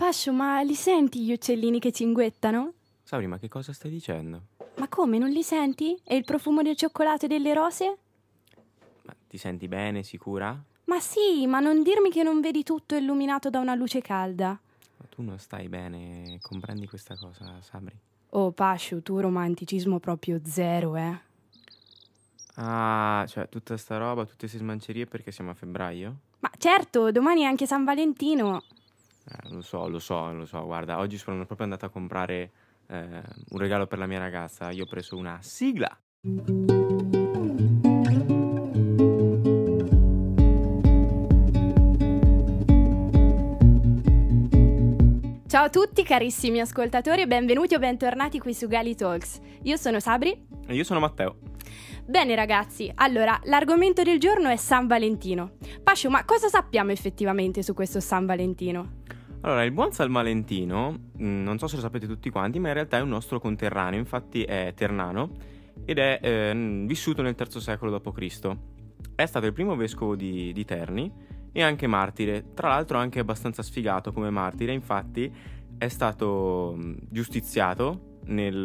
Pascio, ma li senti gli uccellini che cinguettano? Sabri, ma che cosa stai dicendo? Ma come, non li senti? E il profumo del cioccolato e delle rose? Ma ti senti bene, sicura? Ma sì, ma non dirmi che non vedi tutto illuminato da una luce calda. Ma tu non stai bene, comprendi questa cosa, Sabri? Oh, Pascio, tu romanticismo proprio zero, eh? Ah, cioè tutta sta roba, tutte queste smancerie perché siamo a febbraio? Ma certo, domani è anche San Valentino. Lo so, guarda, oggi sono proprio andato a comprare un regalo per la mia ragazza. Io ho preso una sigla. Ciao a tutti carissimi ascoltatori e benvenuti o bentornati qui su Gali Talks. Io sono Sabri. E io sono Matteo. Bene ragazzi, allora l'argomento del giorno è San Valentino. Pascio, ma cosa sappiamo effettivamente su questo San Valentino? Allora, il buon San Valentino, non so se lo sapete tutti quanti, ma in realtà è un nostro conterraneo, infatti è ternano ed è vissuto nel III secolo d.C. È stato il primo vescovo di Terni e anche martire, tra l'altro anche abbastanza sfigato come martire, infatti è stato giustiziato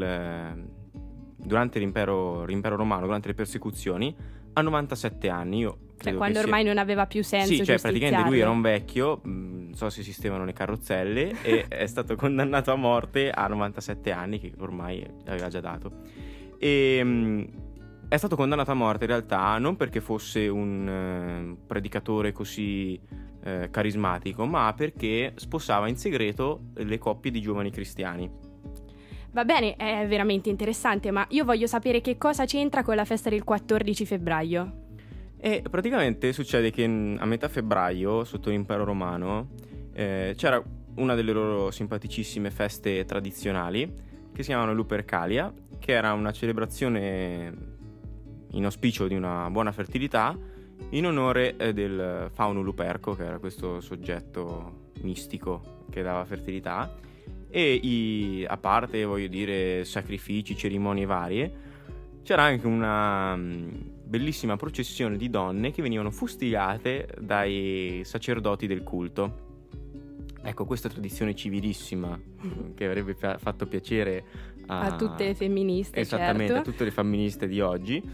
durante l'impero romano, durante le persecuzioni, a 97 anni. Io credo quando ormai non aveva più senso. Sì, cioè praticamente lui era un vecchio, non so se esistevano le carrozzelle, e è stato condannato a morte a 97 anni, che ormai aveva già dato. E è stato condannato a morte in realtà non perché fosse un predicatore così carismatico, ma perché sposava in segreto le coppie di giovani cristiani. Va bene, è veramente interessante, ma io voglio sapere che cosa c'entra con la festa del 14 febbraio. E praticamente succede che a metà febbraio, sotto l'impero romano, c'era una delle loro simpaticissime feste tradizionali, che si chiamavano Lupercalia, che era una celebrazione in auspicio di una buona fertilità, in onore del fauno Luperco, che era questo soggetto mistico che dava fertilità. E a parte, voglio dire, sacrifici, cerimonie varie, c'era anche una bellissima processione di donne che venivano fustigate dai sacerdoti del culto. Ecco, questa tradizione civilissima che avrebbe fatto piacere a tutte le femministe, esattamente, certo. a tutte le femministe di oggi,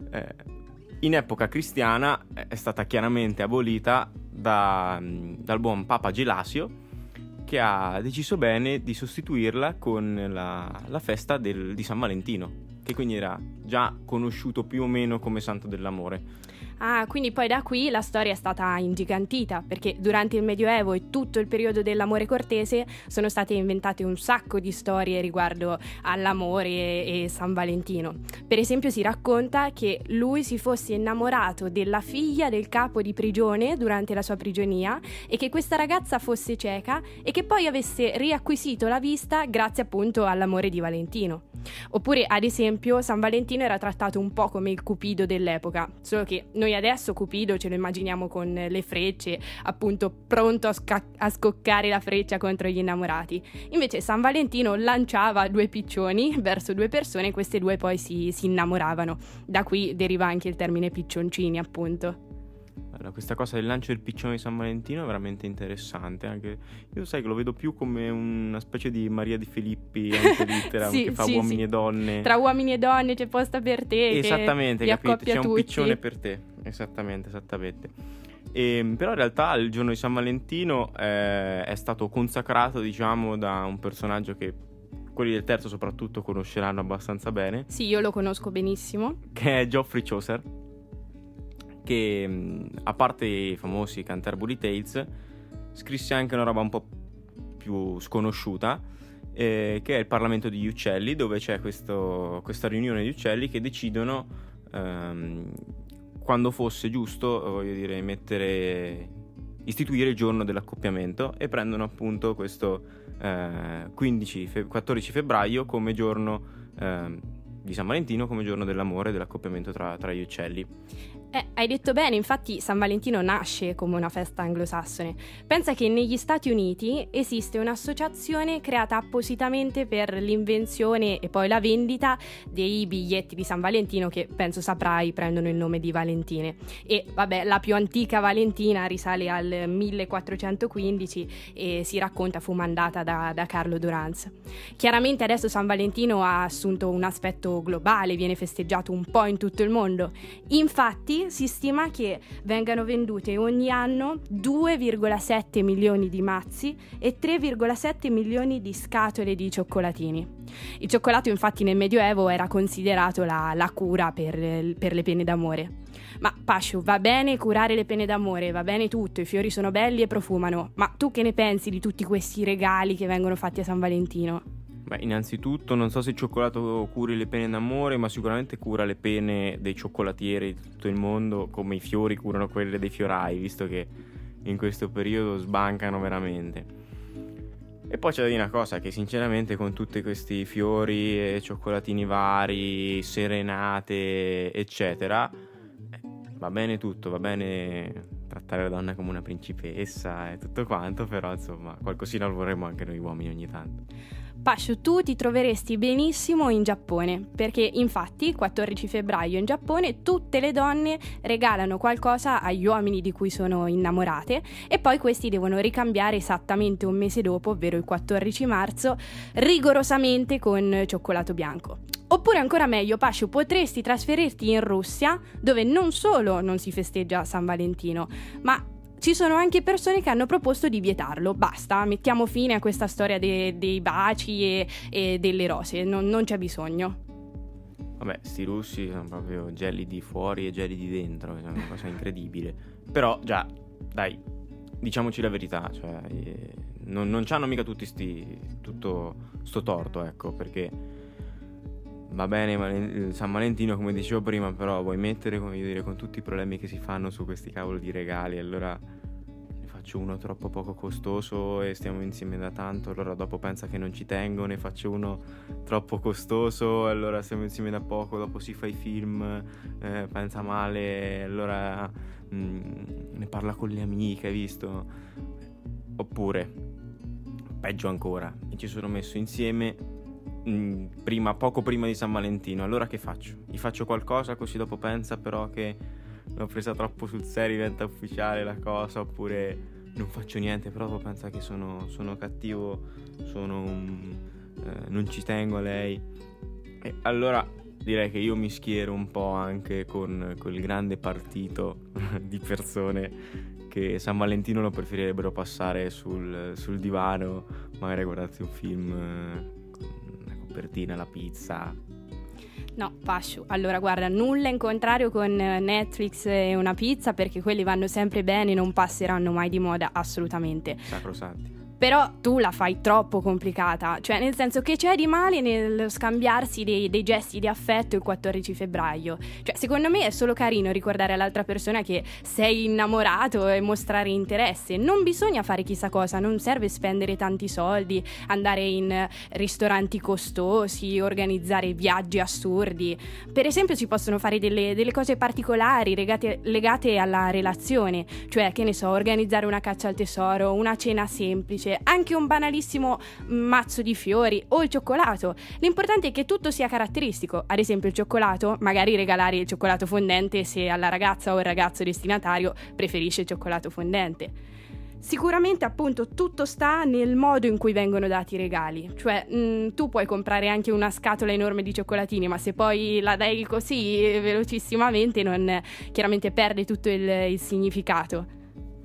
in epoca cristiana è stata chiaramente abolita dal buon Papa Gelasio, che ha deciso bene di sostituirla con la festa di San Valentino, che quindi era già conosciuto più o meno come santo dell'amore. Ah, quindi poi da qui la storia è stata ingigantita, perché durante il Medioevo e tutto il periodo dell'amore cortese sono state inventate un sacco di storie riguardo all'amore e San Valentino. Per esempio si racconta che lui si fosse innamorato della figlia del capo di prigione durante la sua prigionia e che questa ragazza fosse cieca e che poi avesse riacquisito la vista grazie appunto all'amore di Valentino. Oppure, ad esempio, San Valentino era trattato un po' come il Cupido dell'epoca, solo che noi adesso Cupido ce lo immaginiamo con le frecce, appunto pronto a scoccare la freccia contro gli innamorati. Invece San Valentino lanciava due piccioni verso due persone e queste due poi si innamoravano. Da qui deriva anche il termine piccioncini, appunto. Allora, questa cosa del lancio del piccione di San Valentino è veramente interessante, anche io sai che lo vedo più come una specie di Maria di Filippi, anche littera, sì, che fa sì, uomini sì. e donne. Tra uomini e donne c'è posta per te. Esattamente, che capito? C'è un tutti. piccione per te. Esattamente. Però in realtà il giorno di San Valentino è stato consacrato, diciamo, da un personaggio che quelli del terzo soprattutto conosceranno abbastanza bene. Sì, io lo conosco benissimo. Che è Geoffrey Chaucer, che a parte i famosi Canterbury Tales scrisse anche una roba un po' più sconosciuta, che è il Parlamento degli Uccelli, dove c'è questa riunione di uccelli che decidono quando fosse giusto, voglio dire, istituire il giorno dell'accoppiamento, e prendono appunto questo 14 febbraio come giorno di San Valentino, come giorno dell'amore e dell'accoppiamento tra gli uccelli. Hai detto bene, infatti San Valentino nasce come una festa anglosassone. Pensa che negli Stati Uniti esiste un'associazione creata appositamente per l'invenzione e poi la vendita dei biglietti di San Valentino che, penso saprai, prendono il nome di Valentine. E vabbè, la più antica Valentina risale al 1415 e si racconta fu mandata da Carlo Durans. Chiaramente adesso San Valentino ha assunto un aspetto globale, viene festeggiato un po' in tutto il mondo. Infatti si stima che vengano vendute ogni anno 2,7 milioni di mazzi e 3,7 milioni di scatole di cioccolatini. Il cioccolato infatti nel Medioevo era considerato la cura per le pene d'amore. Ma Pasciu, va bene curare le pene d'amore, va bene tutto, i fiori sono belli e profumano, ma tu che ne pensi di tutti questi regali che vengono fatti a San Valentino? Beh, innanzitutto non so se il cioccolato curi le pene d'amore, ma sicuramente cura le pene dei cioccolatieri di tutto il mondo, come i fiori curano quelle dei fiorai, visto che in questo periodo sbancano veramente. E poi c'è da dire una cosa, che sinceramente con tutti questi fiori e cioccolatini vari, serenate, eccetera, va bene tutto, va bene trattare la donna come una principessa e tutto quanto, però insomma qualcosina lo vorremmo anche noi uomini ogni tanto. Pasciu, tu ti troveresti benissimo in Giappone, perché infatti il 14 febbraio in Giappone tutte le donne regalano qualcosa agli uomini di cui sono innamorate e poi questi devono ricambiare esattamente un mese dopo, ovvero il 14 marzo, rigorosamente con cioccolato bianco. Oppure ancora meglio, Pasciu, potresti trasferirti in Russia, dove non solo non si festeggia San Valentino, ma ci sono anche persone che hanno proposto di vietarlo. Basta, mettiamo fine a questa storia dei baci e delle rose, non c'è bisogno. Vabbè, sti russi sono proprio gelidi fuori e gelidi dentro, è una cosa incredibile. Però già, dai, diciamoci la verità, cioè non c'hanno mica tutto sto torto, ecco, perché va bene San Valentino, come dicevo prima, però vuoi mettere, come dire, con tutti i problemi che si fanno su questi cavolo di regali, allora ne faccio uno troppo poco costoso e stiamo insieme da tanto, allora dopo pensa che non ci tengo, ne faccio uno troppo costoso, allora stiamo insieme da poco, dopo si fa i film, pensa male, allora ne parla con le amiche, hai visto? Oppure, peggio ancora, mi ci sono messo insieme poco prima di San Valentino, allora che faccio? Gli faccio qualcosa così dopo pensa però che l'ho presa troppo sul serio, diventa ufficiale la cosa, oppure non faccio niente però dopo pensa che sono cattivo, non ci tengo a lei. E allora direi che io mi schiero un po' anche con quel grande partito di persone che San Valentino lo preferirebbero passare sul divano, magari guardarsi un film, copertina, la pizza. No, Pasciu, allora guarda, nulla in contrario con Netflix e una pizza, perché quelli vanno sempre bene, non passeranno mai di moda, assolutamente. Sacrosanti. Però tu la fai troppo complicata, cioè nel senso che c'è di male nel scambiarsi dei gesti di affetto il 14 febbraio. Cioè secondo me è solo carino ricordare all'altra persona che sei innamorato e mostrare interesse. Non bisogna fare chissà cosa, non serve spendere tanti soldi, andare in ristoranti costosi, organizzare viaggi assurdi. Per esempio si possono fare delle cose particolari legate alla relazione, cioè che ne so, organizzare una caccia al tesoro, una cena semplice, anche un banalissimo mazzo di fiori o il cioccolato. L'importante è che tutto sia caratteristico. Ad esempio il cioccolato, magari regalare il cioccolato fondente se alla ragazza o il ragazzo destinatario preferisce il cioccolato fondente. Sicuramente appunto tutto sta nel modo in cui vengono dati i regali, cioè tu puoi comprare anche una scatola enorme di cioccolatini, ma se poi la dai così velocissimamente chiaramente perde tutto il significato.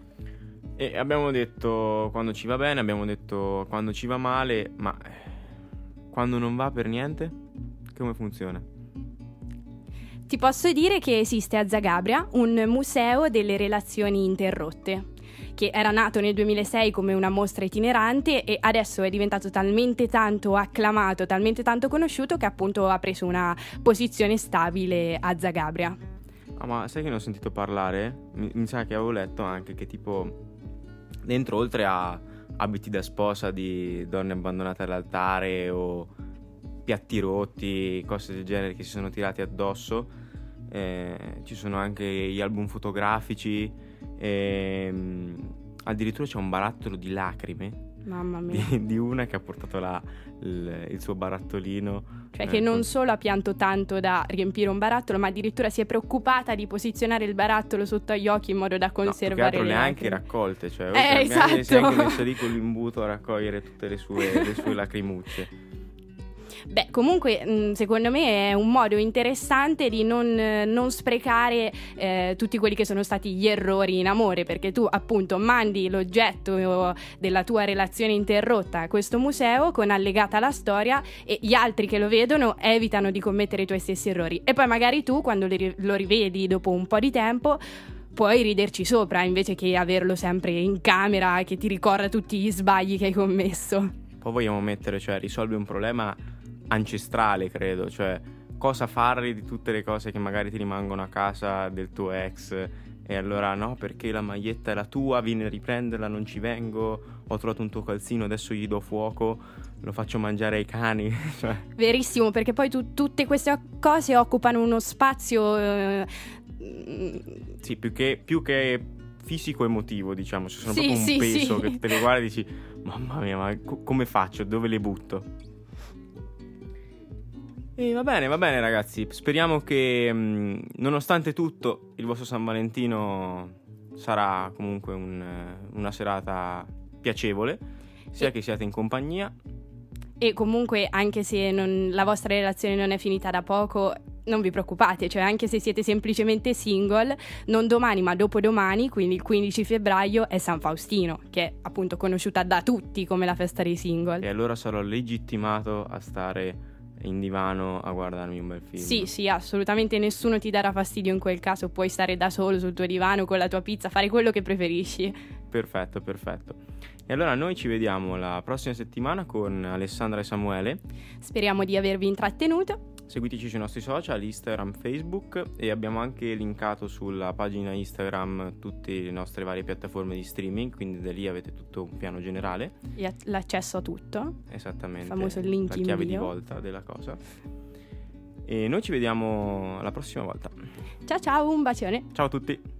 E abbiamo detto quando ci va bene, abbiamo detto quando ci va male, ma quando non va per niente, come funziona? Ti posso dire che esiste a Zagabria un museo delle relazioni interrotte, che era nato nel 2006 come una mostra itinerante e adesso è diventato talmente tanto acclamato, talmente tanto conosciuto che appunto ha preso una posizione stabile a Zagabria. Ah, ma sai che ne ho sentito parlare? Mi sa che avevo letto anche che tipo dentro, oltre a abiti da sposa di donne abbandonate all'altare o piatti rotti, cose del genere che si sono tirati addosso, ci sono anche gli album fotografici, addirittura c'è un barattolo di lacrime. Mamma mia. Di una che ha portato il suo barattolino. Cioè che non solo ha pianto tanto da riempire un barattolo, ma addirittura si è preoccupata di posizionare il barattolo sotto agli occhi in modo da conservare le le ha lacrime. anche raccolte, cioè Esatto. si è anche messo lì con l'imbuto a raccogliere tutte le sue lacrimucce. Beh, comunque secondo me è un modo interessante di non sprecare tutti quelli che sono stati gli errori in amore, perché tu appunto mandi l'oggetto della tua relazione interrotta a questo museo con allegata la storia, e gli altri che lo vedono evitano di commettere i tuoi stessi errori, e poi magari tu quando lo rivedi dopo un po' di tempo puoi riderci sopra, invece che averlo sempre in camera che ti ricorda tutti gli sbagli che hai commesso. Poi vogliamo mettere, cioè risolve un problema ancestrale, credo, cioè cosa fare di tutte le cose che magari ti rimangono a casa del tuo ex, e allora no, perché la maglietta è la tua, vieni a riprenderla, non ci vengo, ho trovato un tuo calzino, adesso gli do fuoco, lo faccio mangiare ai cani. Cioè. Verissimo, perché poi tutte queste cose occupano uno spazio sì, più che fisico emotivo, diciamo, cioè sono sì, proprio un peso sì. che te le guardi e dici mamma mia, ma come faccio, dove le butto? E va bene ragazzi, speriamo che nonostante tutto il vostro San Valentino sarà comunque una serata piacevole, sia che siate in compagnia. E comunque anche se la vostra relazione non è finita da poco, non vi preoccupate, cioè anche se siete semplicemente single, non domani ma dopodomani, quindi il 15 febbraio è San Faustino, che è appunto conosciuta da tutti come la festa dei single. E allora sarò legittimato a stare in divano a guardarmi un bel film. Sì, assolutamente nessuno ti darà fastidio in quel caso, puoi stare da solo sul tuo divano con la tua pizza, fare quello che preferisci. Perfetto. E allora noi ci vediamo la prossima settimana con Alessandra e Samuele. Speriamo di avervi intrattenuto. Seguiteci sui nostri social, Instagram, Facebook, e abbiamo anche linkato sulla pagina Instagram tutte le nostre varie piattaforme di streaming, quindi da lì avete tutto un piano generale. L'accesso a tutto. Esattamente. Il famoso link la in chiave bio. di volta della cosa. E noi ci vediamo la prossima volta. Ciao, un bacione. Ciao a tutti.